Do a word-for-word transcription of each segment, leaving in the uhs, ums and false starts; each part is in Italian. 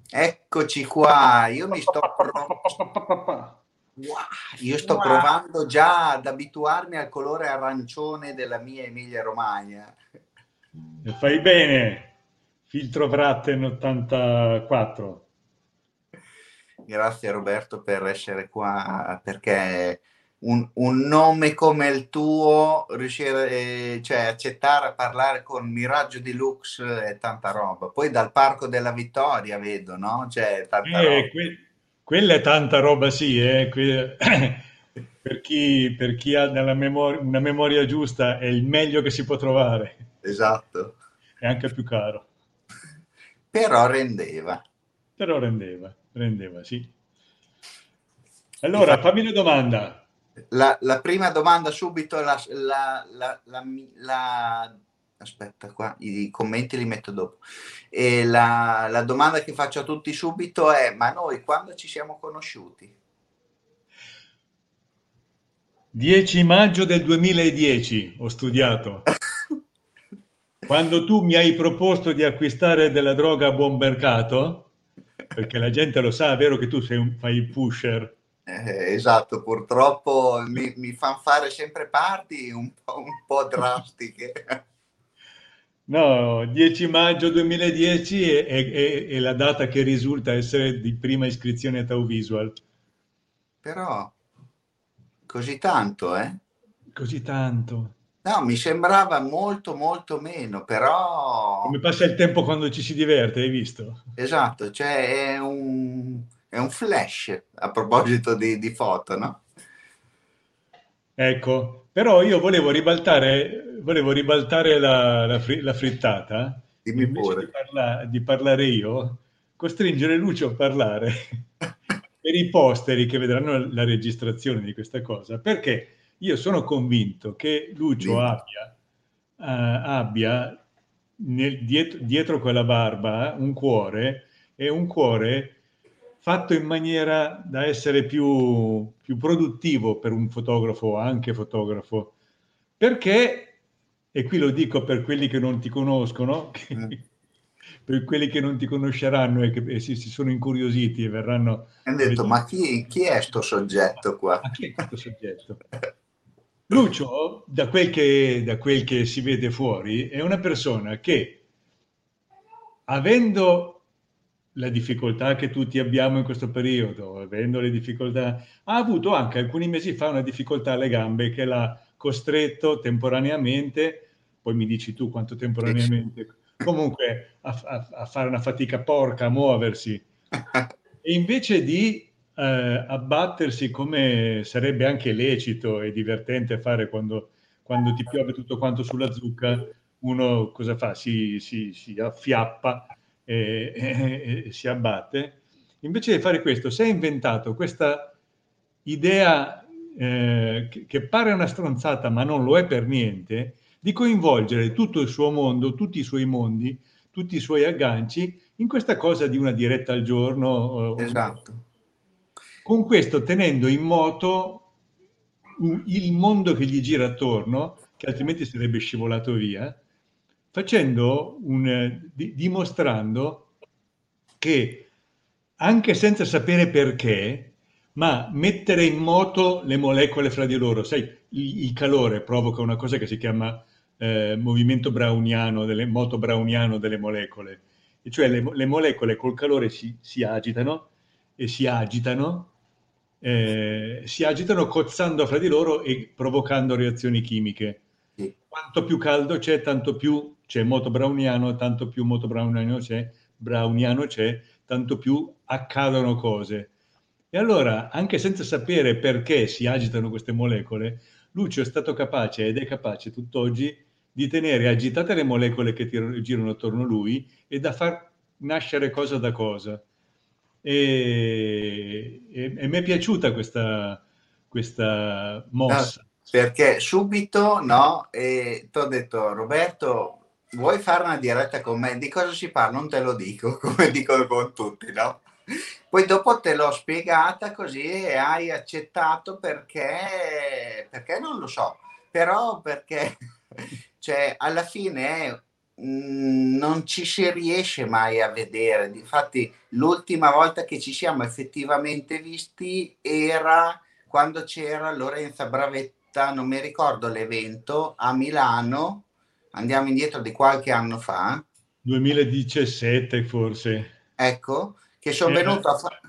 Eccoci qua, io mi sto pro- Wow, io sto provando già ad abituarmi al colore arancione della mia Emilia Romagna. E fai bene, filtro Vratten ottantaquattro. Grazie Roberto per essere qua, perché un, un nome come il tuo, riuscire, eh, cioè accettare a parlare con Miraggio Deluxe è tanta roba. Poi dal Parco della Vittoria vedo, no? C'è tanta Eh, roba. que- quella è tanta roba, sì, eh, que- per chi, per chi ha nella memor- una memoria giusta è il meglio che si può trovare, Esatto. è anche più caro, Però rendeva. però rendeva, rendeva, sì. Ti Allora, faccio fammi una domanda. La, la prima domanda subito, la, la- la- la mi- la- aspetta qua, i commenti li metto dopo. E la, la domanda che faccio a tutti subito è, ma noi quando ci siamo conosciuti? dieci maggio del duemiladieci ho studiato. Quando tu mi hai proposto di acquistare della droga a buon mercato, perché la gente lo sa, è vero che tu sei un, fai il pusher. Eh, esatto, purtroppo mi, mi fanno fare sempre parti un po', un po' drastiche, No, dieci maggio duemiladieci è, è- è- è la data che risulta essere di prima iscrizione a Tau Visual. però così tanto, eh? Così tanto. No, mi sembrava molto molto meno, però Come passa il tempo quando ci si diverte, hai visto? esatto, cioè è un, è un flash a proposito di, di foto, no? Ecco, però io volevo ribaltare, volevo ribaltare la, la fri- la frittata e Dimmi invece di, pure. parla- di parlare io, costringere Lucio a parlare per i posteri che vedranno la registrazione di questa cosa, perché io sono convinto che Lucio Dimmi. abbia, eh, abbia nel- dietro, dietro quella barba un cuore e un cuore fatto in maniera da essere più, più produttivo per un fotografo, anche fotografo, perché, e qui lo dico per quelli che non ti conoscono, che- Mm. per quelli che non ti conosceranno e che e si, si sono incuriositi e verranno Ho a detto, vedere. ma chi, chi è sto soggetto qua? Ma chi è questo soggetto? Lucio, da quel che, da quel che si vede fuori, è una persona che, avendo la difficoltà che tutti abbiamo in questo periodo, avendo le difficoltà, ha avuto anche alcuni mesi fa una difficoltà alle gambe che l'ha costretto temporaneamente, poi mi dici tu quanto Sì, sì. temporaneamente, comunque a, a- a fare una fatica porca, a muoversi. E invece di eh, abbattersi come sarebbe anche lecito e divertente fare quando, quando ti piove tutto quanto sulla zucca, uno cosa fa? Si, si, si affiappa e, e- e si abbatte. Invece di fare questo, si è inventato questa idea eh, che, che pare una stronzata, ma non lo è per niente, di coinvolgere tutto il suo mondo, tutti i suoi mondi, tutti i suoi agganci in questa cosa di una diretta al giorno, eh, Esatto. con questo tenendo in moto un- il mondo che gli gira attorno, che altrimenti sarebbe scivolato via, facendo un, eh, di- dimostrando che anche senza sapere perché, ma mettere in moto le molecole fra di loro, sai, il, il calore provoca una cosa che si chiama eh, movimento browniano, delle, moto browniano delle molecole, e cioè le, le molecole col calore si, si agitano e si agitano, eh, si agitano cozzando fra di loro e provocando reazioni chimiche. Sì. Quanto più caldo c'è, tanto più c'è moto browniano, tanto più moto browniano c'è, browniano c'è, tanto più accadono cose. E allora, anche senza sapere perché si agitano queste molecole, Lucio è stato capace ed è capace tutt'oggi di tenere agitate le molecole che tirano- girano attorno a lui e da far nascere cosa da cosa. E, e- e mi è piaciuta questa, questa No, mossa. perché subito, no, e ti ho detto, Roberto, vuoi fare una diretta con me? Di cosa si parla? Non te lo dico, come dicono con tutti, no? Poi dopo te l'ho spiegata così e hai accettato perché, perché non lo so, però perché, cioè, alla fine è mh, non ci si riesce mai a vedere. Infatti, l'ultima volta che ci siamo effettivamente visti era quando c'era Lorenza Bravetta, non mi ricordo l'evento, a Milano, andiamo indietro di qualche anno fa, duemiladiciassette forse. ecco, che sono Era venuto a fare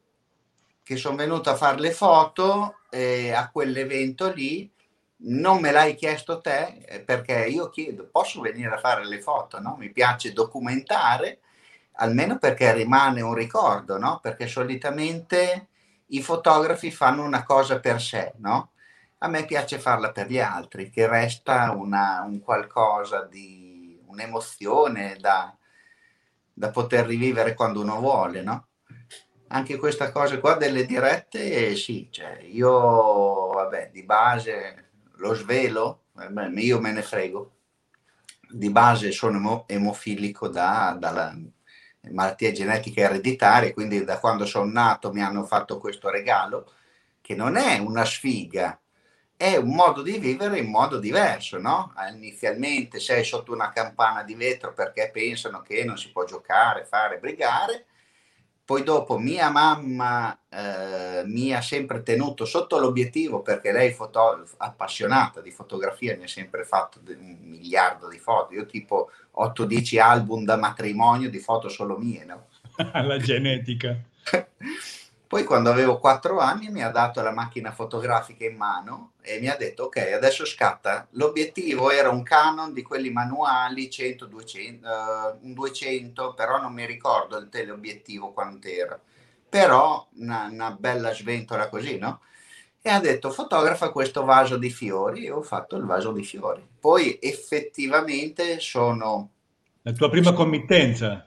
che sono venuto a fare le foto eh, a quell'evento lì. Non me l'hai chiesto te eh, perché io chiedo, posso venire a fare le foto, no? Mi piace documentare, almeno perché rimane un ricordo, no? Perché solitamente i fotografi fanno una cosa per sé, no? A me piace farla per gli altri, che resta una, un qualcosa di un'emozione da, da poter rivivere quando uno vuole, no? Anche questa cosa qua delle dirette, eh, sì, cioè io, vabbè, di base lo svelo, eh, beh, io me ne frego. Di base sono emo- emofilico da, dalla malattie genetiche ereditarie, quindi da quando sono nato mi hanno fatto questo regalo, che non è una sfiga, è un modo di vivere in modo diverso, no? Inizialmente sei sotto una campana di vetro perché pensano che non si può giocare, fare, brigare. Poi dopo mia mamma eh, mi ha sempre tenuto sotto l'obiettivo perché lei foto- appassionata di fotografia, mi ha sempre fatto un miliardo di foto. Io tipo otto dieci album da matrimonio di foto solo mie, no? la genetica. Poi quando avevo quattro anni mi ha dato la macchina fotografica in mano e mi ha detto ok, adesso scatta. L'obiettivo era un Canon di quelli manuali cento duecento, eh, un duecento, però non mi ricordo il teleobiettivo quant'era. Però una, una bella sventola così, no? E ha detto fotografa questo vaso di fiori e ho fatto il vaso di fiori. Poi effettivamente sono... La tua prima committenza.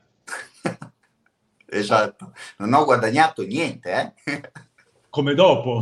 Esatto, non ho guadagnato niente, eh? Come dopo.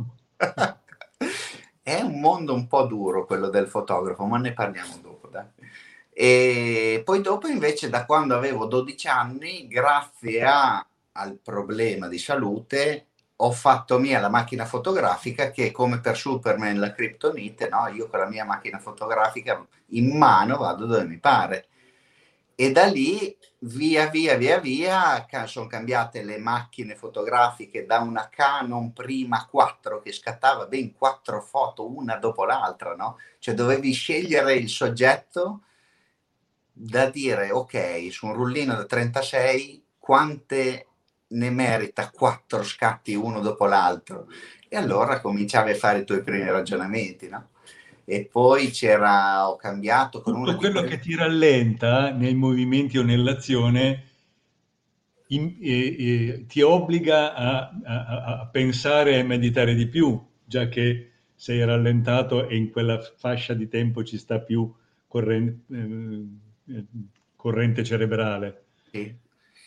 È un mondo un po' duro quello del fotografo, ma ne parliamo dopo, dai. E poi dopo invece da quando avevo dodici anni, grazie a- al problema di salute, ho fatto mia la macchina fotografica che come per Superman la Kryptonite, no? Io con la mia macchina fotografica in mano vado dove mi pare. E da lì via via via via sono cambiate le macchine fotografiche da una Canon prima quattro che scattava ben quattro foto una dopo l'altra, no? Cioè dovevi scegliere il soggetto da dire ok, su un rullino da trentasei quante ne merita quattro scatti uno dopo l'altro e allora cominciavi a fare i tuoi primi ragionamenti, no? E poi c'era, ho cambiato con una Tutto di quello quelle... che ti rallenta nei movimenti o nell'azione in- e- e ti obbliga a, a- a pensare e meditare di più, già che sei rallentato e in quella fascia di tempo ci sta più corren- eh, eh, corrente cerebrale. Sì.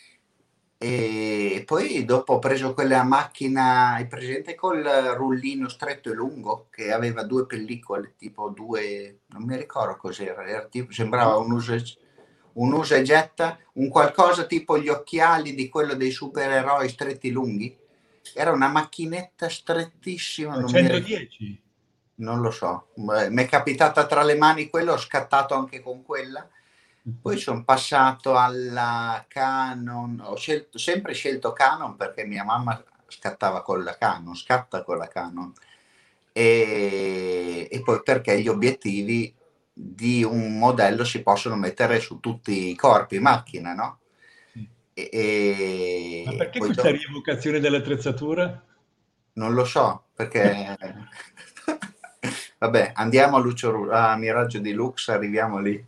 E poi dopo ho preso quella macchina, hai presente col rullino stretto e lungo che aveva due pellicole, tipo due, non mi ricordo cos'era, era tipo, sembrava un usa, e- un usa e getta, un qualcosa tipo gli occhiali di quello dei supereroi stretti lunghi. Era una macchinetta strettissima, No, non mi ricordo, centodieci. non lo so, beh, mi è capitata tra le mani quella, ho scattato anche con quella. Poi sono passato alla Canon, ho scelto, sempre scelto Canon perché mia mamma scattava con la Canon, scatta con la Canon. E, e poi perché gli obiettivi di un modello si possono mettere su tutti i corpi macchina, no? Sì. E, Ma e perché poi questa dopo, rievocazione dell'attrezzatura? non lo so, perché... Vabbè, andiamo a, Lucio, Ru- a Miraggio di Lux, arriviamo lì.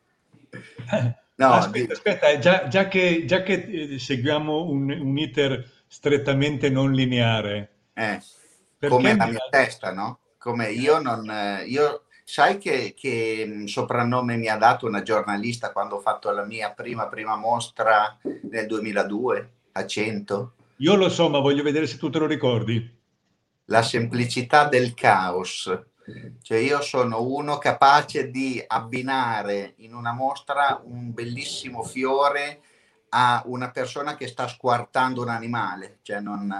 No, Aspetta, di- aspetta, eh, già, già che, già che, eh, seguiamo un, un iter strettamente non lineare, eh, come perché la mia Miraggio? testa, no? Come Eh, io non... eh, io, sai che, che mh, soprannome mi ha dato una giornalista quando ho fatto la mia prima, prima mostra nel duemiladue a cento? io lo so, ma voglio vedere se tu te lo ricordi. La semplicità del caos. Cioè io sono uno capace di abbinare in una mostra un bellissimo fiore a una persona che sta squartando un animale. Cioè non...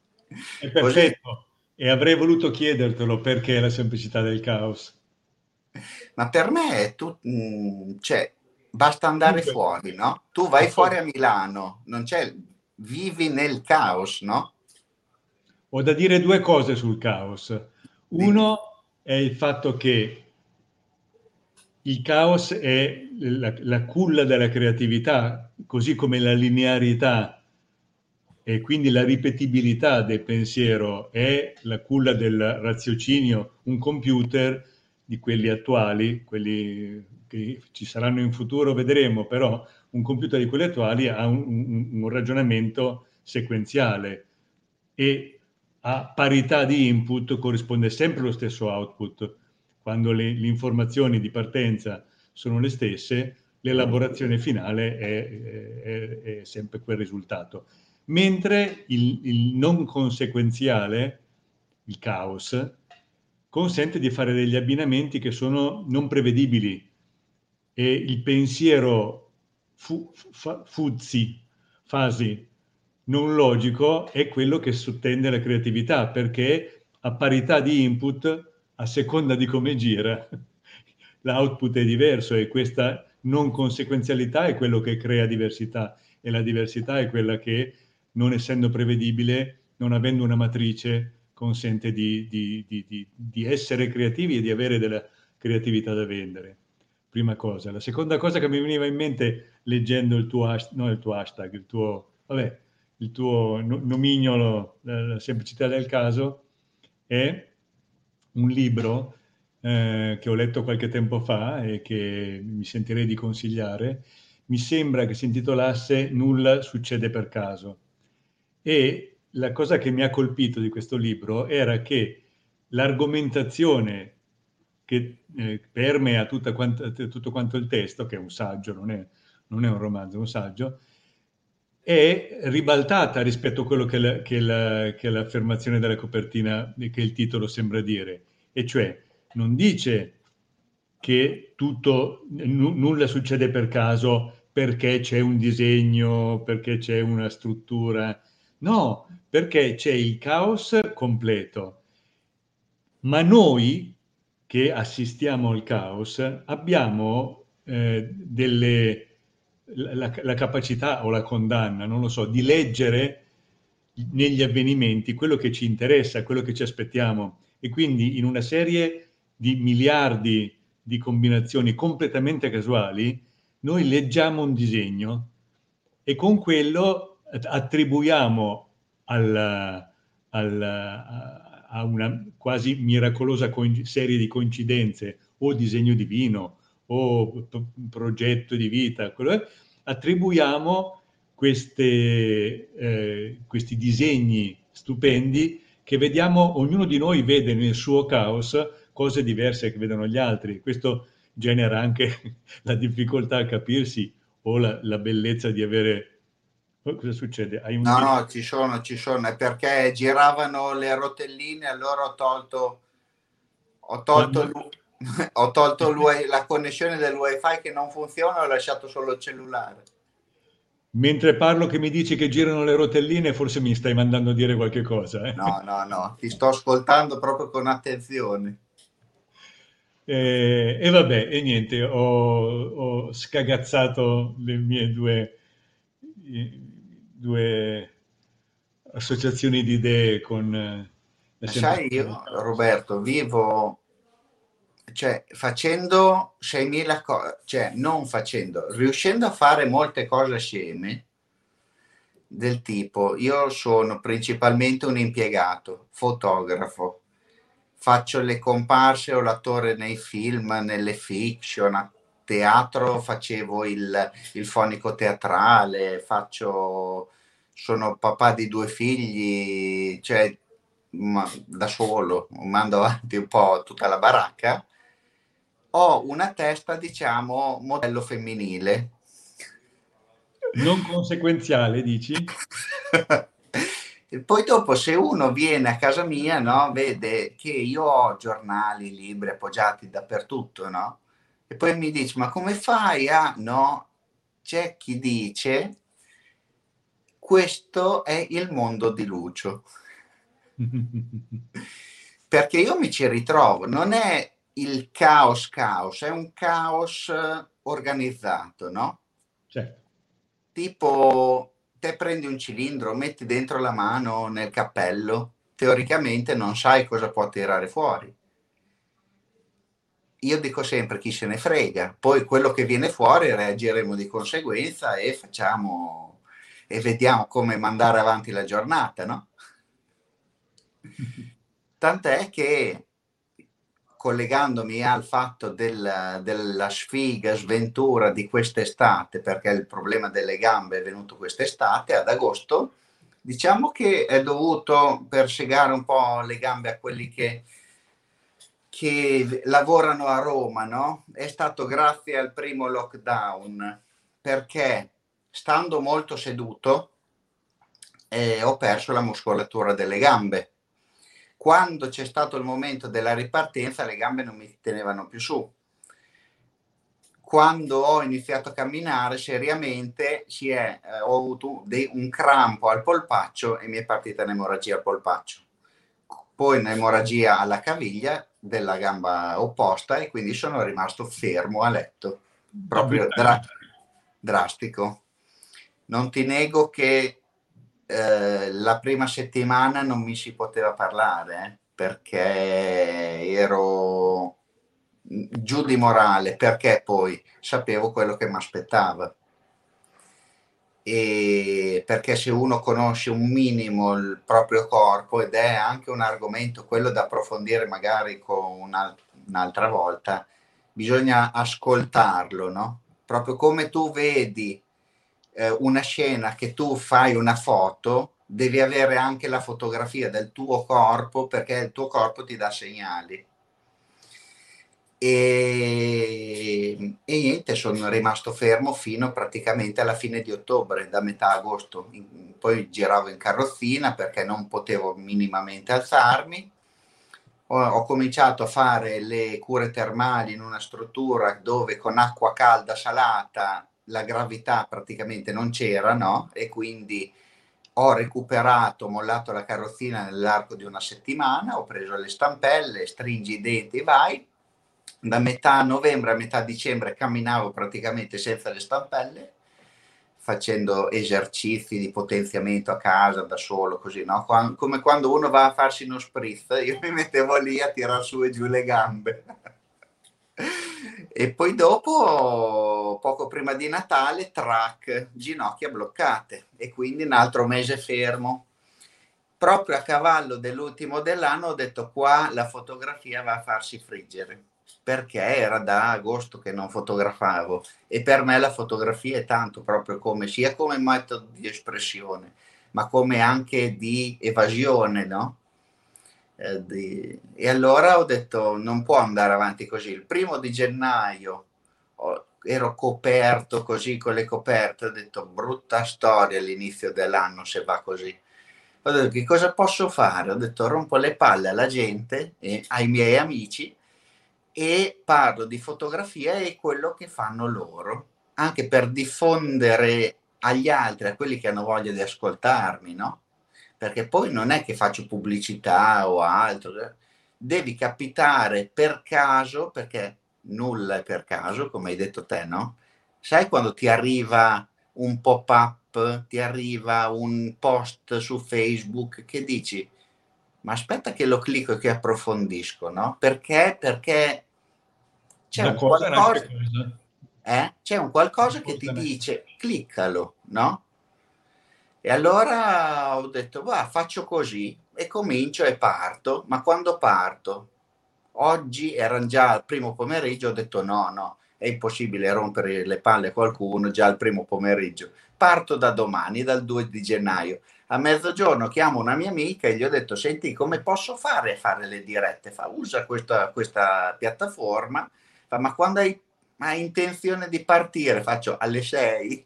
È Così. perfetto. E avrei voluto chiedertelo perché la semplicità del caos. Ma per me è tu, mh, cioè, basta andare Dunque, fuori, no? Tu vai fuori ascolta, a Milano, non c'è, vivi nel caos, no? ho da dire due cose sul caos. Dimmi. Uno è il fatto che il caos è la, la culla della creatività, così come la linearità e quindi la ripetibilità del pensiero è la culla del raziocinio. Un computer di quelli attuali, quelli che ci saranno in futuro, vedremo, però un computer di quelli attuali ha un, un, un ragionamento sequenziale e a parità di input corrisponde sempre lo stesso output. Quando le, le informazioni di partenza sono le stesse, l'elaborazione finale è, è, è sempre quel risultato. Mentre il, il non conseguenziale, il caos, consente di fare degli abbinamenti che sono non prevedibili e il pensiero fu, fa, fuzzi, fasi, non logico è quello che sottende la creatività, perché a parità di input, a seconda di come gira, l'output è diverso e questa non conseguenzialità è quello che crea diversità e la diversità è quella che, non essendo prevedibile, non avendo una matrice, consente di, di, di, di, di essere creativi e di avere della creatività da vendere. Prima cosa. La seconda cosa che mi veniva in mente leggendo il tuo, hash, no, il tuo hashtag, il tuo, vabbè, il tuo no- nomignolo, la, la semplicità del caso, è un libro eh, che ho letto qualche tempo fa e che mi sentirei di consigliare. Mi sembra che si intitolasse Nulla succede per caso. E la cosa che mi ha colpito di questo libro era che l'argomentazione che eh, permea tutta quanta, tutto quanto il testo, che è un saggio, non è, non è un romanzo, è un saggio, è ribaltata rispetto a quello che, la, che, la, che l'affermazione della copertina, che il titolo sembra dire, e cioè non dice che tutto, n- nulla succede per caso perché c'è un disegno, perché c'è una struttura, no, perché c'è il caos completo, ma noi che assistiamo al caos abbiamo eh, delle, la, la capacità o la condanna, non lo so, di leggere negli avvenimenti quello che ci interessa, quello che ci aspettiamo e quindi in una serie di miliardi di combinazioni completamente casuali, noi leggiamo un disegno e con quello attribuiamo al, al, a una quasi miracolosa serie di coincidenze o disegno divino o p- progetto di vita, quello è, attribuiamo queste, eh, questi disegni stupendi che vediamo, ognuno di noi vede nel suo caos cose diverse che vedono gli altri. Questo genera anche la difficoltà a capirsi o la, la bellezza di avere... Oh, cosa succede? Hai un No, delay? no, ci sono, ci sono, è perché giravano le rotelline, allora ho tolto, ho tolto, Quando... l'u- ho tolto l'Wi- la connessione del wifi che non funziona, ho lasciato solo il cellulare. Mentre parlo che mi dici che girano le rotelline, forse mi stai mandando a dire qualche cosa. No, Eh? no, no, ti sto ascoltando proprio con attenzione. E, e vabbè, e niente, ho, ho scagazzato le mie due, i- due associazioni di idee con eh, la Ma sai, semplicità del io, caos. Roberto, vivo, cioè, facendo seimila cose, cioè, non facendo, riuscendo a fare molte cose assieme, del tipo, io sono principalmente un impiegato, fotografo, faccio le comparse o l'attore nei film, nelle fiction, a teatro facevo il, il fonico teatrale, faccio, sono papà di due figli, cioè ma, da solo, mando avanti un po' tutta la baracca. Ho una testa, diciamo, modello femminile. Non conseguenziale, dici? E poi dopo se uno viene a casa mia, no, vede che io ho giornali, libri appoggiati dappertutto, no? E poi mi dice, ma come fai a... No, c'è chi dice, questo è il mondo di Lucio. Perché io mi ci ritrovo, non è il caos caos, è un caos organizzato, no? Certo. Tipo, te prendi un cilindro, metti dentro la mano nel cappello, teoricamente non sai cosa può tirare fuori. Io dico sempre chi se ne frega, poi quello che viene fuori reagiremo di conseguenza e facciamo e vediamo come mandare avanti la giornata, no? Tant'è che, collegandomi al fatto del, della sfiga, sventura di quest'estate, perché il problema delle gambe è venuto quest'estate, ad agosto, diciamo che è dovuto per segare un po' le gambe a quelli che, che lavorano a Roma, no? È stato grazie al primo lockdown, perché stando molto seduto eh, ho perso la muscolatura delle gambe. Quando c'è stato il momento della ripartenza, le gambe non mi tenevano più su. Quando ho iniziato a camminare seriamente, si è, eh, ho avuto dei, un crampo al polpaccio e mi è partita un'emorragia al polpaccio. Poi un'emorragia alla caviglia della gamba opposta e quindi sono rimasto fermo a letto. Proprio dra- drastico. Non ti nego che eh, la prima settimana non mi si poteva parlare eh, perché ero giù di morale, perché poi sapevo quello che mi aspettava. E perché se uno conosce un minimo il proprio corpo, ed è anche un argomento quello da approfondire magari con una, un'altra volta, bisogna ascoltarlo, no? Proprio come tu vedi eh, una scena che tu fai una foto, devi avere anche la fotografia del tuo corpo perché il tuo corpo ti dà segnali. E, e niente, sono rimasto fermo fino praticamente alla fine di ottobre, da metà agosto. Poi giravo in carrozzina perché non potevo minimamente alzarmi. Ho, ho cominciato a fare le cure termali in una struttura dove con acqua calda salata la gravità praticamente non c'era, no? E quindi ho recuperato, mollato la carrozzina nell'arco di una settimana, ho preso le stampelle, stringi i denti, vai. Da metà novembre a metà dicembre camminavo praticamente senza le stampelle, facendo esercizi di potenziamento a casa da solo, così, no? Quando, come quando uno va a farsi uno spritz, io mi mettevo lì a tirar su e giù le gambe. E poi dopo, poco prima di Natale, track, ginocchia bloccate e quindi un altro mese fermo. Proprio a cavallo dell'ultimo dell'anno ho detto qua la fotografia va a farsi friggere, perché era da agosto che non fotografavo e per me la fotografia è tanto proprio come sia come metodo di espressione, ma come anche di evasione, no? Eh, di... E allora ho detto non può andare avanti così. Il primo di gennaio ho... ero coperto così con le coperte, ho detto brutta storia all'inizio dell'anno se va così. Ho detto che cosa posso fare? Ho detto rompo le palle alla gente e ai miei amici e parlo di fotografia e quello che fanno loro, anche per diffondere agli altri, a quelli che hanno voglia di ascoltarmi, no? Perché poi non è che faccio pubblicità o altro, devi capitare per caso, perché nulla è per caso, come hai detto te, no? Sai quando ti arriva un pop-up, ti arriva un post su Facebook che dici, ma aspetta che lo clicco e che approfondisco, no? Perché? Perché c'è Da un cosa nasce qualcosa, cosa? eh? C'è un Da qualcosa che ti cosa nasce? dice cliccalo, no? E allora ho detto, va, faccio così e comincio e parto, ma quando parto? Oggi era già il primo pomeriggio, ho detto no, no, è impossibile rompere le palle a qualcuno già al primo pomeriggio. Parto da domani, dal due di gennaio. A mezzogiorno chiamo una mia amica e gli ho detto, senti, come posso fare a fare le dirette? Fa, usa questa, questa piattaforma. Fa, ma quando hai, hai intenzione di partire? Faccio alle sei.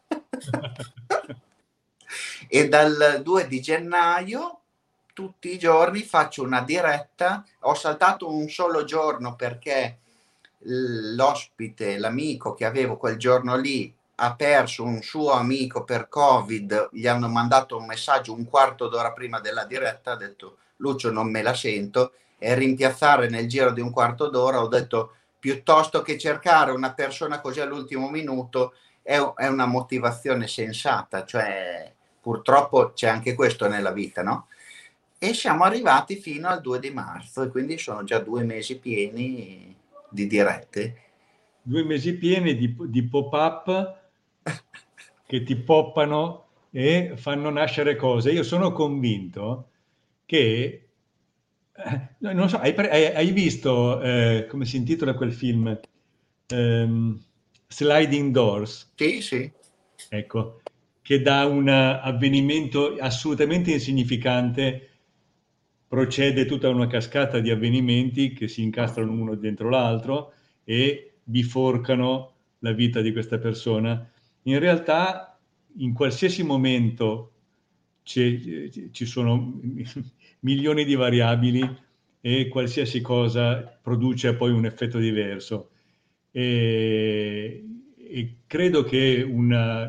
E dal due di gennaio tutti i giorni faccio una diretta. Ho saltato un solo giorno perché l'ospite, l'amico che avevo quel giorno lì ha perso un suo amico per Covid, gli hanno mandato un messaggio un quarto d'ora prima della diretta, ha detto Lucio non me la sento e rimpiazzare nel giro di un quarto d'ora, ho detto piuttosto che cercare una persona così all'ultimo minuto è, è una motivazione sensata, cioè purtroppo c'è anche questo nella vita, no? E siamo arrivati fino al due di marzo e quindi sono già due mesi pieni di dirette. Due mesi pieni di, di pop-up che ti poppano e fanno nascere cose. Io sono convinto che, eh, non so, hai, pre- hai- hai visto, eh, come si intitola quel film? Ehm, Sliding Doors, Sì, sì. ecco, che da un avvenimento assolutamente insignificante procede tutta una cascata di avvenimenti che si incastrano uno dentro l'altro e biforcano la vita di questa persona. In realtà, in qualsiasi momento ci sono milioni di variabili e qualsiasi cosa produce poi un effetto diverso. E, e credo che una,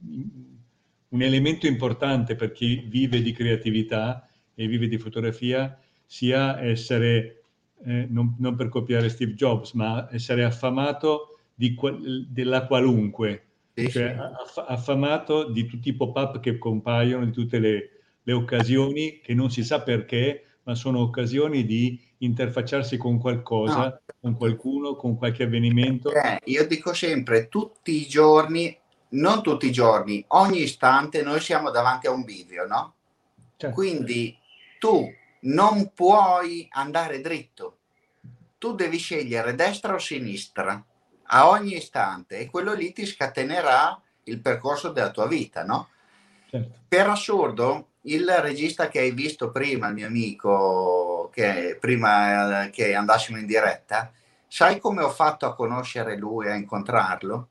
un elemento importante per chi vive di creatività e vive di fotografia sia essere, eh, non, non per copiare Steve Jobs, ma essere affamato di, qual- della qualunque, Sì, cioè sì. aff- affamato di tutti i pop-up che compaiono, di tutte le, le occasioni che non si sa perché, ma sono occasioni di interfacciarsi con No, qualcosa, con certo. qualcuno, con qualche avvenimento. Eh, io dico sempre, tutti i giorni, non tutti i giorni, ogni istante noi siamo davanti a un bivio, no? Certo, Quindi tu non puoi andare dritto, tu devi scegliere destra o sinistra a ogni istante e quello lì ti scatenerà il percorso della tua vita, no? certo. Per assurdo, il regista che hai visto prima, il mio amico, che prima eh, che andassimo in diretta, sai come ho fatto a conoscere lui, a incontrarlo?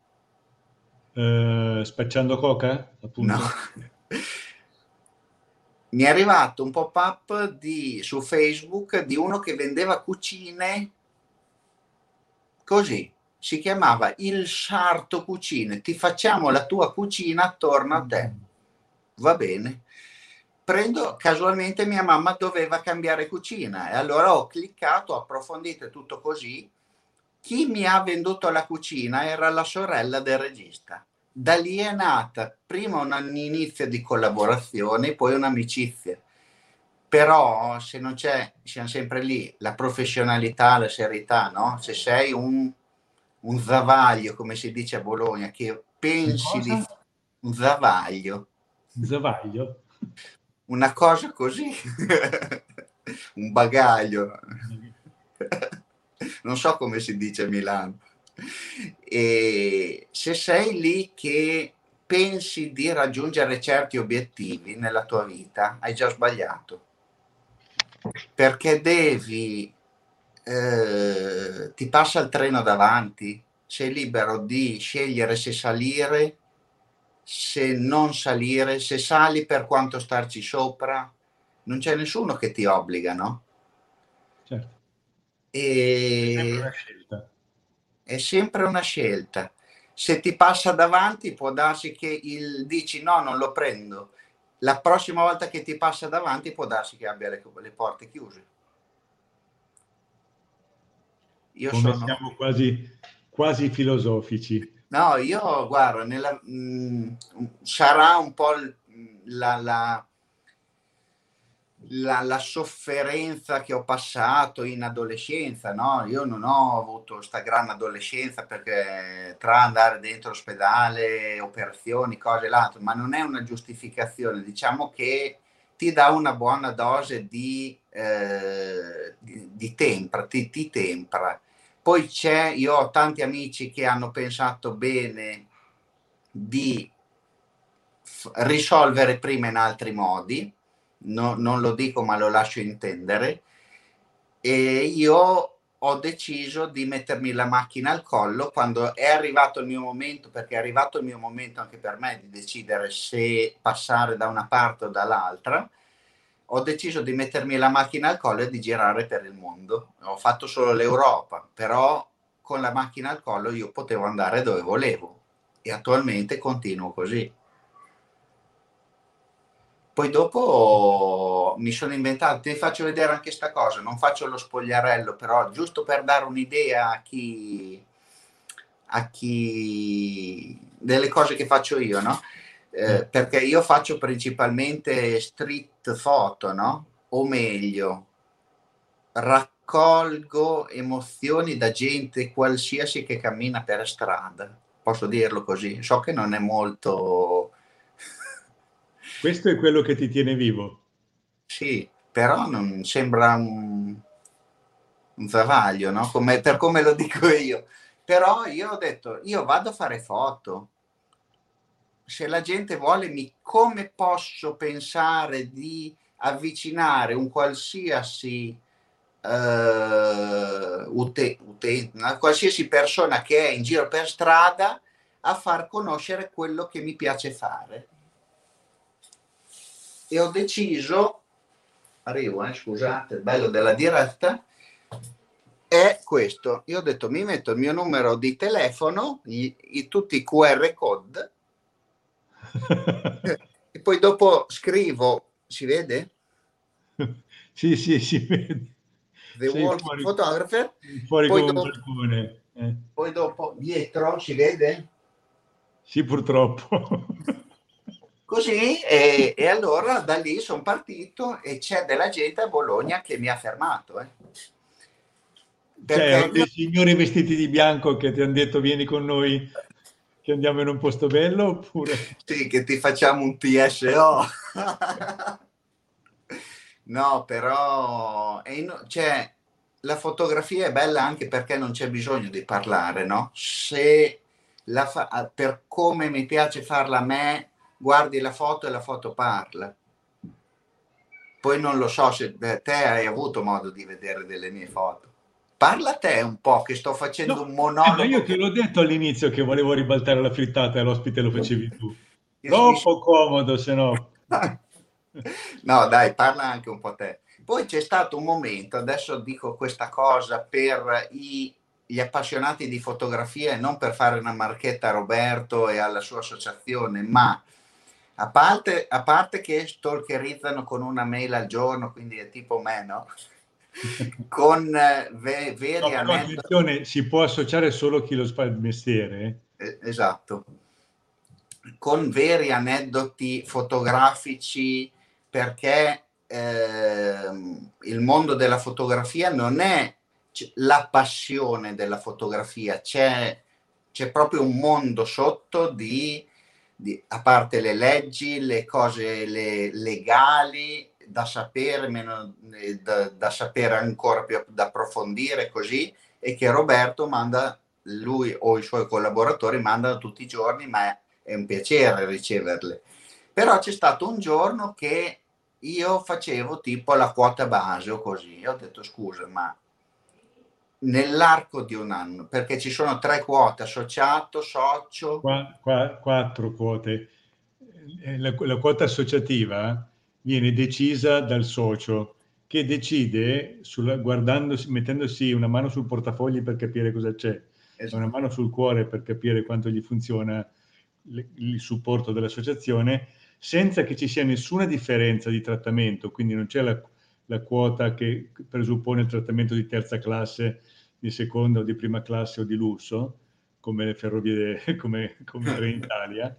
Eh, spacciando coca, No. appunto. Mi è arrivato un pop-up di, su Facebook di uno che vendeva cucine così. Si chiamava Il Sarto Cucine. Ti facciamo la tua cucina attorno a te. Va bene. Prendo casualmente mia mamma doveva cambiare cucina e allora ho cliccato, ho approfondito tutto così. Chi mi ha venduto la cucina era la sorella del regista. Da lì è nata prima un inizio di collaborazione, poi un'amicizia. Però se non c'è, siamo sempre lì, la professionalità, la serietà, no? Se sei un, un zavaglio, come si dice a Bologna, che Un pensi di cosa? un zavaglio, Zavaglio? una cosa così, un bagaglio, non so come si dice a Milano. E se sei lì che pensi di raggiungere certi obiettivi nella tua vita, hai già sbagliato, perché devi, eh, ti passa il treno davanti, sei libero di scegliere se salire, se non salire, se sali per quanto starci sopra, non c'è nessuno che ti obbliga, no? Certo, è sempre E una scelta. è sempre una scelta. Se ti passa davanti può darsi che il, dici no, non lo prendo. La prossima volta che ti passa davanti può darsi che abbia le, le porte chiuse. Io Come sono... siamo quasi, quasi filosofici. No, io guarda, nella, mh, sarà un po' il, la, la, la, la sofferenza che ho passato in adolescenza, no? Io non ho avuto questa grande adolescenza perché tra andare dentro ospedale, operazioni, cose e l'altro, ma non è una giustificazione, diciamo che ti dà una buona dose di, eh, di, di tempra, ti, ti tempra. Poi c'è, io ho tanti amici che hanno pensato bene di f- risolvere prima in altri modi, no, non lo dico ma lo lascio intendere, e io ho deciso di mettermi la macchina al collo quando è arrivato il mio momento, perché è arrivato il mio momento anche per me di decidere se passare da una parte o dall'altra. Ho deciso di mettermi la macchina al collo e di girare per il mondo. Ho fatto solo l'Europa, però con la macchina al collo io potevo andare dove volevo e attualmente continuo così. poi dopo mi sono inventato, ti faccio vedere anche sta cosa, non faccio lo spogliarello, però giusto per dare un'idea a chi, a chi delle cose che faccio io, no? Eh, Eh. perché io faccio principalmente street photo, no? O meglio, raccolgo emozioni da gente qualsiasi che cammina per strada. Posso dirlo così? So che non è molto... Questo è quello che ti tiene vivo. Sì, però non sembra un, un travaglio, no? Come, per come lo dico io. Però io ho detto, io vado a fare foto. Se la gente vuole, mi, come posso pensare di avvicinare un qualsiasi uh, utente, utente, una qualsiasi persona che è in giro per strada a far conoscere quello che mi piace fare? E ho deciso, arrivo, eh, scusate, il bello della diretta, è questo. Io ho detto, mi metto il mio numero di telefono, i, i, tutti i Q R code, e poi dopo scrivo, si vede? Sì, sì, si vede. The Sei Walking fuori, Photographer, fuori poi come un dopo, balcone. Eh. poi dopo dietro, si vede? Sì, purtroppo. Così, e, e allora da lì sono partito e c'è della gente a Bologna che mi ha fermato. Eh. C'erano Perché io dei signori vestiti di bianco che ti hanno detto vieni con noi che andiamo in un posto bello oppure... sì, che ti facciamo un T S O. No, però è in- cioè, la fotografia è bella anche perché non c'è bisogno di parlare, no? Se la fa- per come mi piace farla a me, guardi la foto e la foto parla. Poi non lo so se te hai avuto modo di vedere delle mie foto. Parla te un po', che sto facendo No, un eh, ma monologo io te che l'ho detto all'inizio che volevo ribaltare la frittata e l'ospite lo facevi tu. mi... Troppo comodo, se no. No, dai, parla anche un po' te. Poi c'è stato un momento, adesso dico questa cosa per i, gli appassionati di fotografia e non per fare una marchetta a Roberto e alla sua associazione, ma a parte, a parte che stalkerizzano con una mail al giorno, quindi è tipo me, no? Con eh, ve- No, veri però aneddoti. attenzione, si può associare solo chi lo fa il mestiere. Eh, esatto, con veri aneddoti fotografici, perché ehm, il mondo della fotografia non è la passione della fotografia, c'è, c'è proprio un mondo sotto di, di, a parte le leggi, le cose le, legali da sapere, meno, da, da sapere ancora più, da approfondire così, e che Roberto manda, lui o i suoi collaboratori mandano tutti i giorni, ma è un piacere riceverle. Però c'è stato un giorno che io facevo tipo la quota base o così, ho detto scusa, ma nell'arco di un anno, perché ci sono tre quote, associato, socio. Qua, qua- quattro quote. Eh, La, la quota associativa viene decisa dal socio che decide, sulla, guardandosi, mettendosi una mano sul portafogli per capire cosa c'è e una Esatto. mano sul cuore per capire quanto gli funziona le- il supporto dell'associazione, senza che ci sia nessuna differenza di trattamento, quindi non c'è la, la quota che presuppone il trattamento di terza classe, di seconda o di prima classe o di lusso, come le ferrovie, come, come Trenitalia.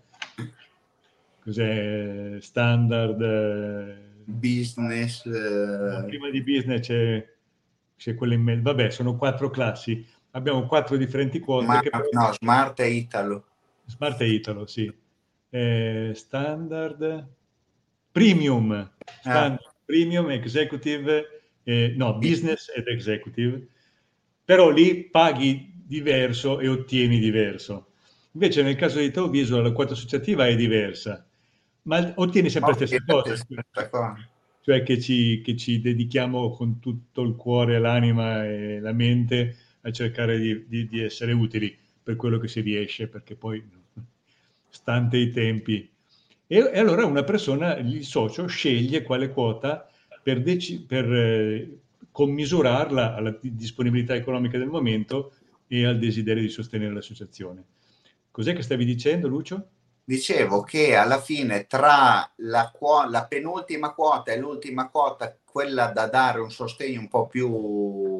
Cos'è standard? eh, Business, no, eh, prima di business c'è, c'è quella in mezzo. Vabbè, sono quattro classi. Abbiamo quattro differenti quote che smart, però... no, smart e Italo. Smart e Italo, sì. Eh, standard, premium, Ah, standard, premium, executive, eh, no, sì. business ed executive. Però lì paghi diverso e ottieni diverso. Invece nel caso di Tau Visual la quota associativa è diversa, ma ottieni sempre la stessa cosa, Questa qua. cioè che ci, che ci dedichiamo con tutto il cuore, l'anima e la mente a cercare di, di- di essere utili per quello che si riesce, perché poi, stante i tempi. E, e allora una persona, il socio, sceglie quale quota per, deci- per eh, commisurarla alla di- disponibilità economica del momento e al desiderio di sostenere l'associazione. Cos'è che stavi dicendo, Lucio? Dicevo che alla fine tra la, quo- la penultima quota e l'ultima quota, quella da dare un sostegno un po' più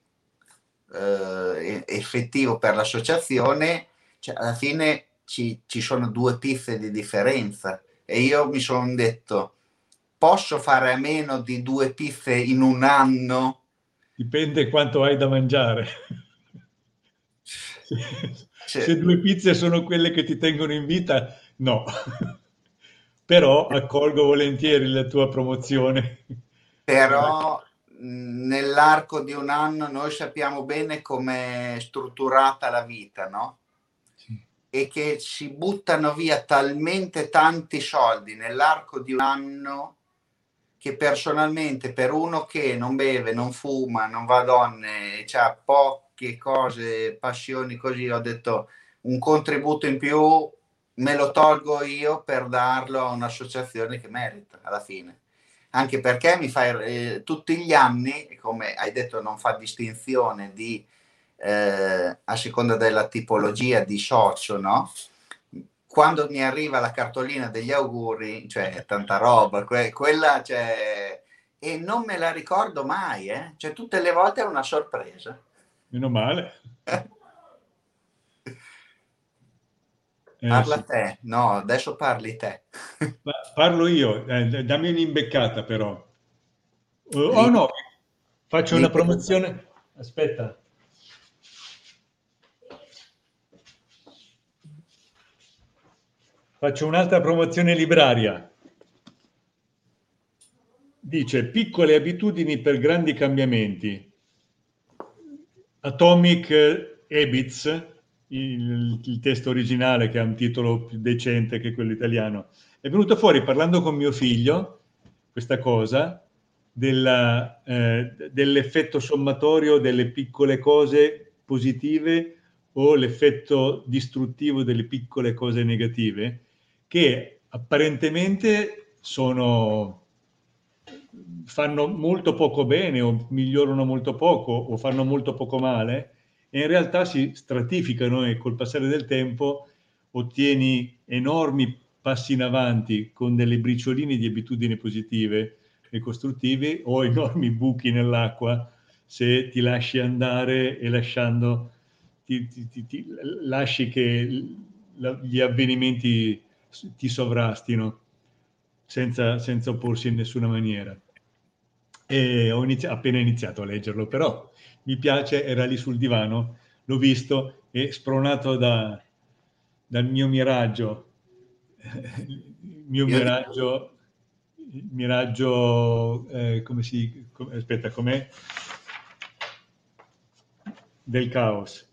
eh, effettivo per l'associazione, cioè alla fine ci, ci sono due pizze di differenza e io mi sono detto, posso fare a meno di due pizze in un anno? Dipende quanto hai da mangiare. Se, Cioè, se due pizze sono quelle che ti tengono in vita, no. Però accolgo volentieri la tua promozione. però mh, nell'arco di un anno noi sappiamo bene com'è strutturata la vita, no? Sì. E che si buttano via talmente tanti soldi nell'arco di un anno che personalmente per uno che non beve, non fuma, non va a donne, ha poche cose, passioni così, ho detto un contributo in più me lo tolgo io per darlo a un'associazione che merita alla fine. Anche perché mi fai eh, tutti gli anni, come hai detto, non fa distinzione di eh, a seconda della tipologia di socio, no? Quando mi arriva la cartolina degli auguri, cioè tanta roba, que- quella cioè, e non me la ricordo mai, eh? Cioè tutte le volte è una sorpresa. Meno male. Eh Parla sì. te, no, adesso parli te. Ma parlo io, eh, dammi un'imbeccata però. Oh oh, Lì, no, faccio una lì, promozione. Aspetta. Faccio un'altra promozione libraria. Dice piccole abitudini per grandi cambiamenti. Atomic Habits, il, il testo originale che ha un titolo più decente che quello italiano. È venuto fuori parlando con mio figlio questa cosa della, eh, dell'effetto sommatorio delle piccole cose positive o l'effetto distruttivo delle piccole cose negative, che apparentemente sono, fanno molto poco bene o migliorano molto poco o fanno molto poco male e in realtà si stratificano e col passare del tempo ottieni enormi passi in avanti con delle bricioline di abitudini positive e costruttive o enormi buchi nell'acqua se ti lasci andare e lasciando ti, ti, ti, ti lasci che la, gli avvenimenti ti sovrastino senza, senza opporsi in nessuna maniera. E ho inizi- appena iniziato a leggerlo, però mi piace, era lì sul divano, l'ho visto e spronato da, dal mio miraggio, il mio io dico, miraggio, il miraggio, eh, come si, come- aspetta, com'è? Del caos.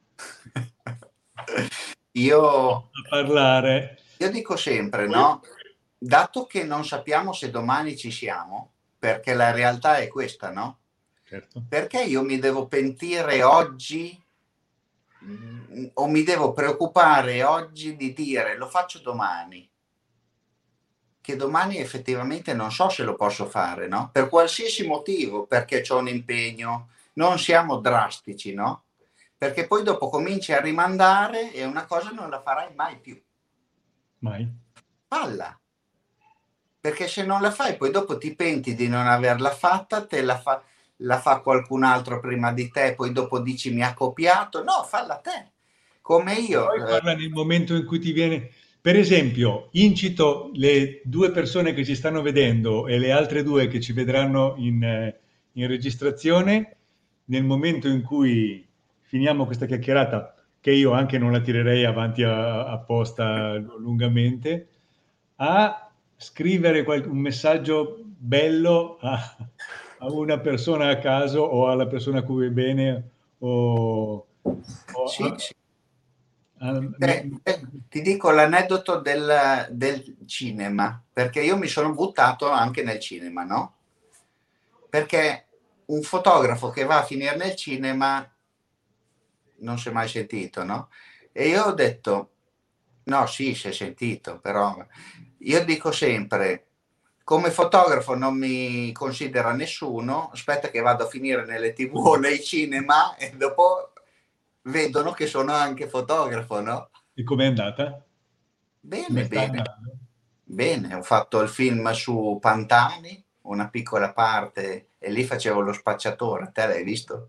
io, A parlare. io dico sempre, no? Dato che non sappiamo se domani ci siamo, perché la realtà è questa, no? Certo. Perché io mi devo pentire oggi mm, o mi devo preoccupare oggi di dire lo faccio domani? Che domani effettivamente non so se lo posso fare, no? Per qualsiasi motivo, perché ho un impegno, non siamo drastici, no? Perché poi dopo cominci a rimandare e una cosa non la farai mai più. Mai. Falla, perché se non la fai poi dopo ti penti di non averla fatta, te la fa, la fa qualcun altro prima di te, poi dopo dici mi ha copiato, no, falla te. Come E io, poi eh, parla nel momento in cui ti viene, per esempio, incito le due persone che ci stanno vedendo e le altre due che ci vedranno in, eh, in registrazione, nel momento in cui finiamo questa chiacchierata, che io anche non la tirerei avanti a- apposta lungamente, a scrivere qual- un messaggio bello a, a una persona a caso o alla persona a cui vuoi bene o, o sì, a- sì. a- Eh, me- eh, ti dico l'aneddoto del, del cinema, perché io mi sono buttato anche nel cinema, no? Perché un fotografo che va a finire nel cinema non si è mai sentito, no? E io ho detto, no, sì, si è sentito, però io dico sempre, come fotografo non mi considera nessuno, aspetta che vado a finire nelle T V o nei cinema e dopo vedono che sono anche fotografo, no? E com'è andata? Bene, Come sta bene, andando? bene. Ho fatto il film su Pantani, una piccola parte, e lì facevo lo spacciatore. Te l'hai visto?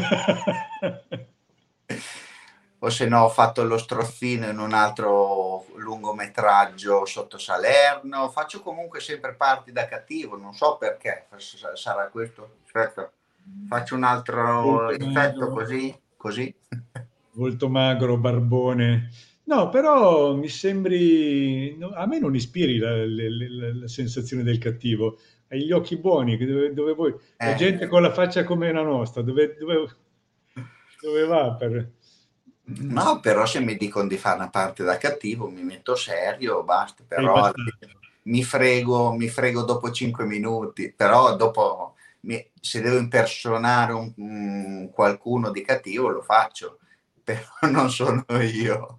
O se no, ho fatto lo strozzino in un altro lungometraggio sotto Salerno. Faccio comunque sempre parti da cattivo, non so perché. S- Sarà questo? Aspetta, faccio un altro Molto effetto magro, così, così. molto magro, barbone. No, però mi sembri, no, a me non ispiri la, le- le- la sensazione del cattivo. Hai gli occhi buoni, che dove, dove vuoi? La Eh. gente con la faccia come la nostra, dove, dove- dove va per... No, però se mi dicono di fare una parte da cattivo mi metto serio, basta, Sei però alla fine bastardo. mi frego, mi frego dopo cinque minuti, però dopo mi- se devo impersonare un, un qualcuno di cattivo lo faccio, però non sono io.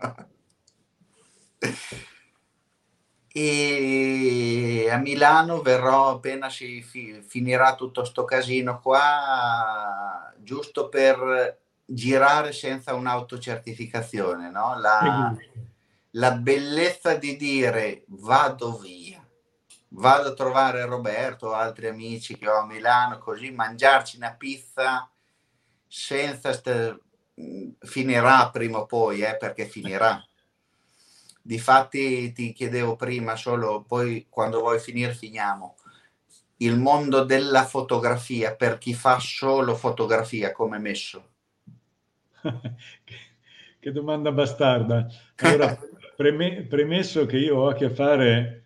E a Milano verrò appena si fi- finirà tutto sto casino qua, giusto per girare senza un'autocertificazione, no? Che La, gusto. la bellezza di dire vado via, vado a trovare Roberto o altri amici che ho a Milano, così mangiarci una pizza senza... St- finirà prima o poi, eh, perché finirà. Difatti ti chiedevo prima solo, poi quando vuoi finire finiamo. Il mondo della fotografia per chi fa solo fotografia, come è messo? Che, che domanda bastarda. Allora, preme- premesso che io ho a che fare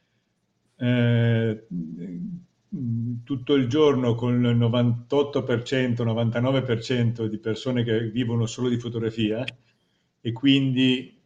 eh, mh, tutto il giorno con il novantotto per cento, novantanove per cento di persone che vivono solo di fotografia e quindi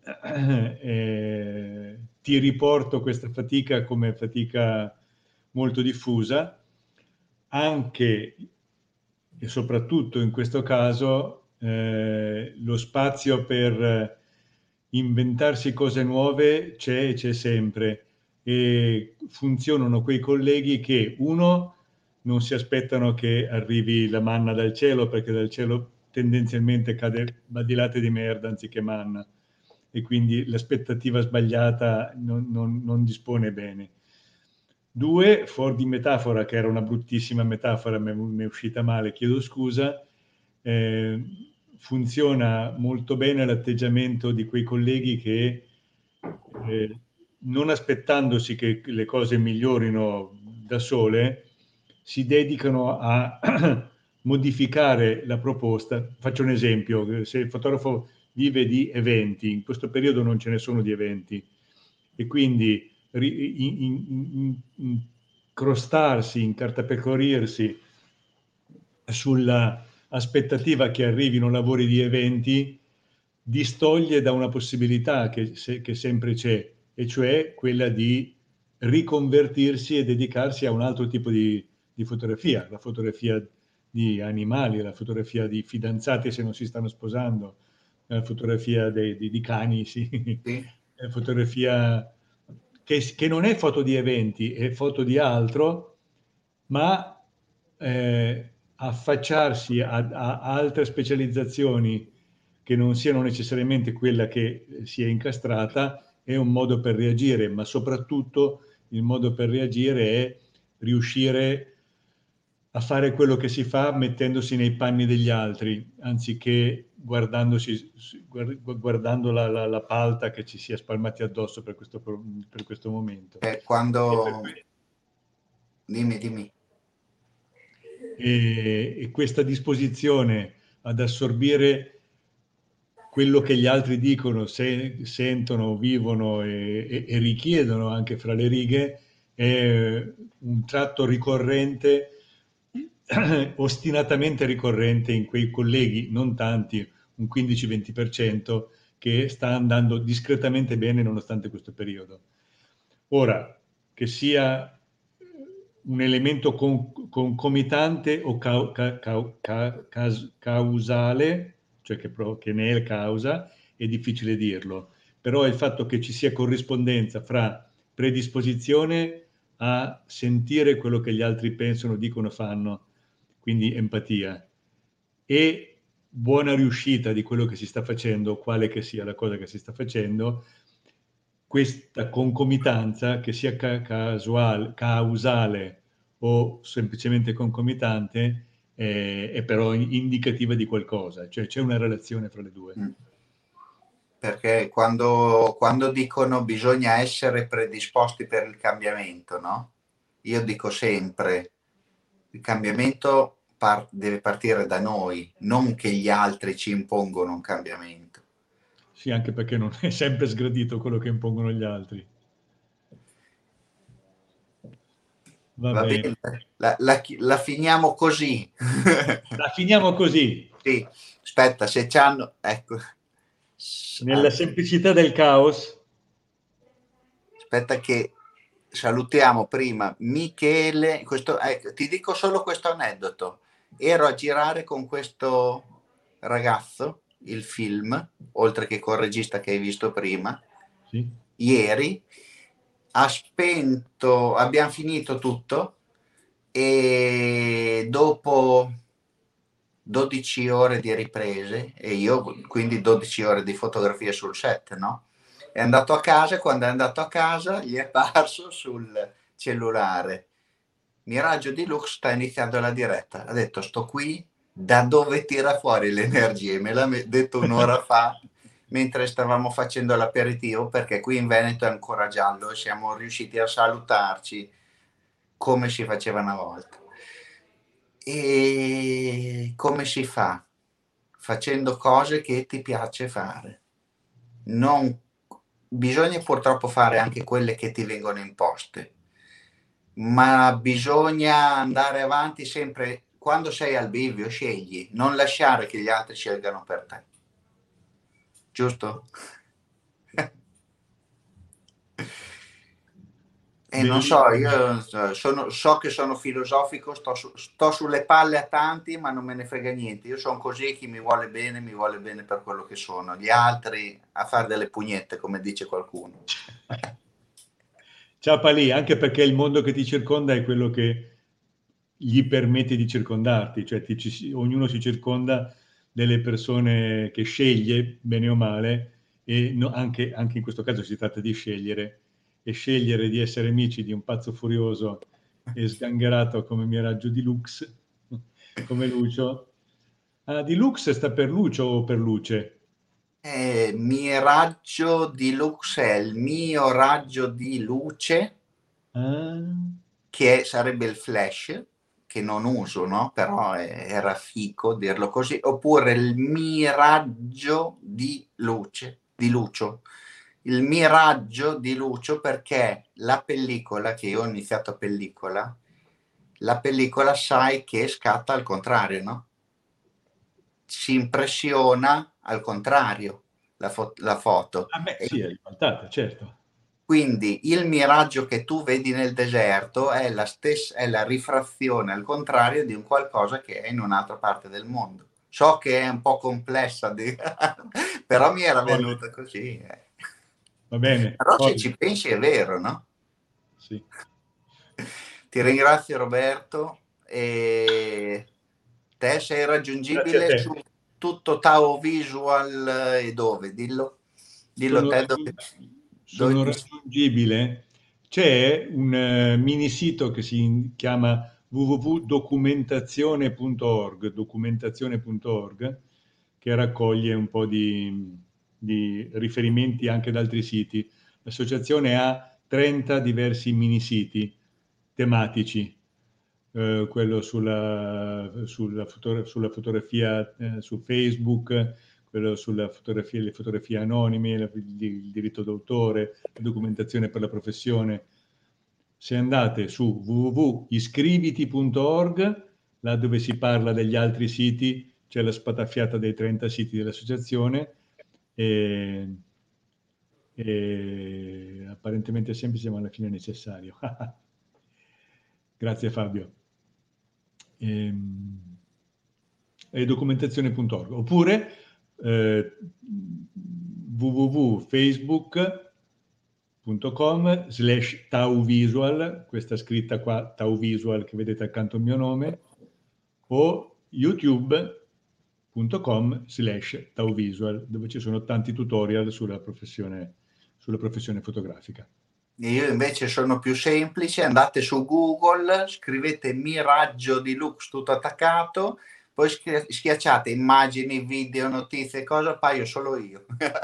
eh, ti riporto questa fatica come fatica molto diffusa, anche e soprattutto in questo caso eh, lo spazio per inventarsi cose nuove c'è e c'è sempre e funzionano quei colleghi che uno non si aspettano che arrivi la manna dal cielo perché dal cielo tendenzialmente cade badilate di merda anziché manna e quindi l'aspettativa sbagliata non, non, non dispone bene. Due, fuori di metafora, che era una bruttissima metafora, mi è uscita male, chiedo scusa, eh, funziona molto bene l'atteggiamento di quei colleghi che, eh, non aspettandosi che le cose migliorino da sole, si dedicano a modificare la proposta. Faccio un esempio, se il fotografo vive di eventi, in questo periodo non ce ne sono di eventi, e quindi ri- in- in- in- incrostarsi, incartapecorirsi sulla aspettativa che arrivino lavori di eventi distoglie da una possibilità che, se- che sempre c'è, e cioè quella di riconvertirsi e dedicarsi a un altro tipo di, di fotografia, la fotografia di animali, la fotografia di fidanzati se non si stanno sposando, la fotografia dei- di, di cani, sì, Sì. la fotografia che, che non è foto di eventi, è foto di altro, ma eh, affacciarsi a, a altre specializzazioni che non siano necessariamente quella che si è incastrata è un modo per reagire, ma soprattutto il modo per reagire è riuscire a fare quello che si fa mettendosi nei panni degli altri, anziché guardandosi, guardando la, la, la palta che ci si è spalmati addosso per questo, per questo momento. Eh, E per quando... que- Dimmi, dimmi. e, e questa disposizione ad assorbire quello che gli altri dicono, se, sentono, vivono e, e, e richiedono anche fra le righe è un tratto ricorrente, ostinatamente ricorrente in quei colleghi, non tanti, un quindici-venti per cento, che sta andando discretamente bene nonostante questo periodo. Ora, che sia un elemento con- concomitante o cau- ca- cau- ca- cas- causale, cioè che, pro- che ne è la causa, è difficile dirlo, però il fatto che ci sia corrispondenza fra predisposizione a sentire quello che gli altri pensano, dicono, fanno, quindi empatia, e buona riuscita di quello che si sta facendo, quale che sia la cosa che si sta facendo, questa concomitanza, che sia ca- casuale, causale o semplicemente concomitante, è, è però indicativa di qualcosa, cioè c'è una relazione fra le due. Mm. Perché quando, quando dicono bisogna essere predisposti per il cambiamento, no? Io dico sempre, il cambiamento par- deve partire da noi, non che gli altri ci impongono un cambiamento. Sì, anche perché non è sempre sgradito quello che impongono gli altri. Va Va bene. bene, la, la chi- la finiamo così. La finiamo così, Sì, aspetta, se c'hanno, ecco, S- nella ah, semplicità del caos. aspetta che salutiamo prima Michele, questo, ecco, ti dico solo questo aneddoto. Ero a girare con questo ragazzo il film, oltre che col regista che hai visto prima, Sì. ieri, ha spento, abbiamo finito tutto e dopo dodici ore di riprese e io quindi dodici ore di fotografie sul set, no? È andato a casa e quando è andato a casa gli è apparso sul cellulare: Miraggio Deluxe sta iniziando la diretta. Ha detto: sto qui, da dove tira fuori le energie? Me l'ha detto un'ora fa mentre stavamo facendo l'aperitivo, perché qui in Veneto è ancora giallo e siamo riusciti a salutarci come si faceva una volta. E come si fa? Facendo cose che ti piace fare. Non bisogna purtroppo fare anche quelle che ti vengono imposte, ma bisogna andare avanti sempre. Quando sei al bivio, scegli, non lasciare che gli altri scelgano per te. Giusto? E non so, Bellissimo. io sono, so che sono filosofico, sto, su, sto sulle palle a tanti, ma non me ne frega niente. Io sono così, chi mi vuole bene, mi vuole bene per quello che sono. Gli altri a fare delle pugnette, come dice qualcuno. Ciao Palì, anche perché il mondo che ti circonda è quello che gli permette di circondarti, cioè ti ci- ognuno si circonda delle persone che sceglie, bene o male, e no- anche, anche in questo caso si tratta di scegliere, e scegliere di essere amici di un pazzo furioso e sgangherato come Miraggio di Lux, come Lucio. Ah, di Lux sta per Lucio o per Luce? Eh, miraggio di luce è il mio raggio di luce, Ah, che sarebbe il flash, che non uso, no? Però è- era fico dirlo così, oppure il miraggio di luce, di Lucio. Il miraggio di Lucio, perché la pellicola, che io ho iniziato a pellicola, la pellicola sai che scatta al contrario, no? Si impressiona al contrario la, fo- la foto. ah beh, E sì, è ribaltata, certo. quindi il miraggio che tu vedi nel deserto è la stessa, è la rifrazione al contrario di un qualcosa che è in un'altra parte del mondo. So che è un po' complessa, di- però mi era Poi, venuta così. eh. va bene, Però se poi, ci pensi è vero, no? sì. Ti ringrazio Roberto e te sei Grazie a raggiungibile su te. tutto Tao Visual e dove? Dillo, dillo Sono, te dove, raggiun- dove sono ti... raggiungibile. C'è un eh, mini sito che si chiama w w w punto documentazione punto org, documentazione punto org, che raccoglie un po' di, di riferimenti anche da altri siti. L'associazione ha trenta diversi mini siti tematici, eh, quello sulla, sulla, foto- sulla fotografia eh, su Facebook, quello sulla fotografia, le fotografie anonime, la- il, il diritto d'autore, la documentazione per la professione. Se andate su w w w punto iscriviti punto org, là dove si parla degli altri siti, c'è la spataffiata dei trenta siti dell'associazione e, e apparentemente semplice, ma alla fine è necessario. Grazie Fabio. Ehm, e documentazione punto org oppure eh, w w w punto facebook punto com slash tauvisual, questa scritta qua tauvisual che vedete accanto al mio nome, o youtube punto com slash tauvisual, dove ci sono tanti tutorial sulla professione, sulla professione fotografica. Io invece sono più semplice, andate su Google, scrivete Miraggio di Lux tutto attaccato, poi schiacciate immagini, video, notizie, cosa, appaio solo io.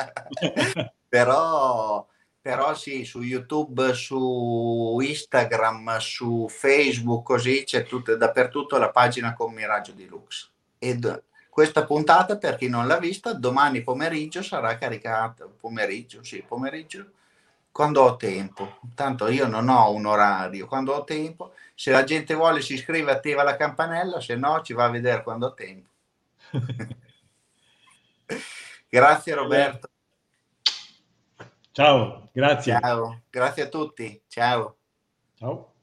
però, però sì, su YouTube, su Instagram, su Facebook, così c'è tutto, dappertutto la pagina con Miraggio di Lux. Ed questa puntata, per chi non l'ha vista, domani pomeriggio sarà caricata, pomeriggio, sì, pomeriggio, quando ho tempo. Tanto io non ho un orario, quando ho tempo, se la gente vuole si iscrive, attiva la campanella, se no ci va a vedere quando ho tempo. Grazie Roberto. Ciao, grazie. Ciao, grazie a tutti. Ciao. Ciao.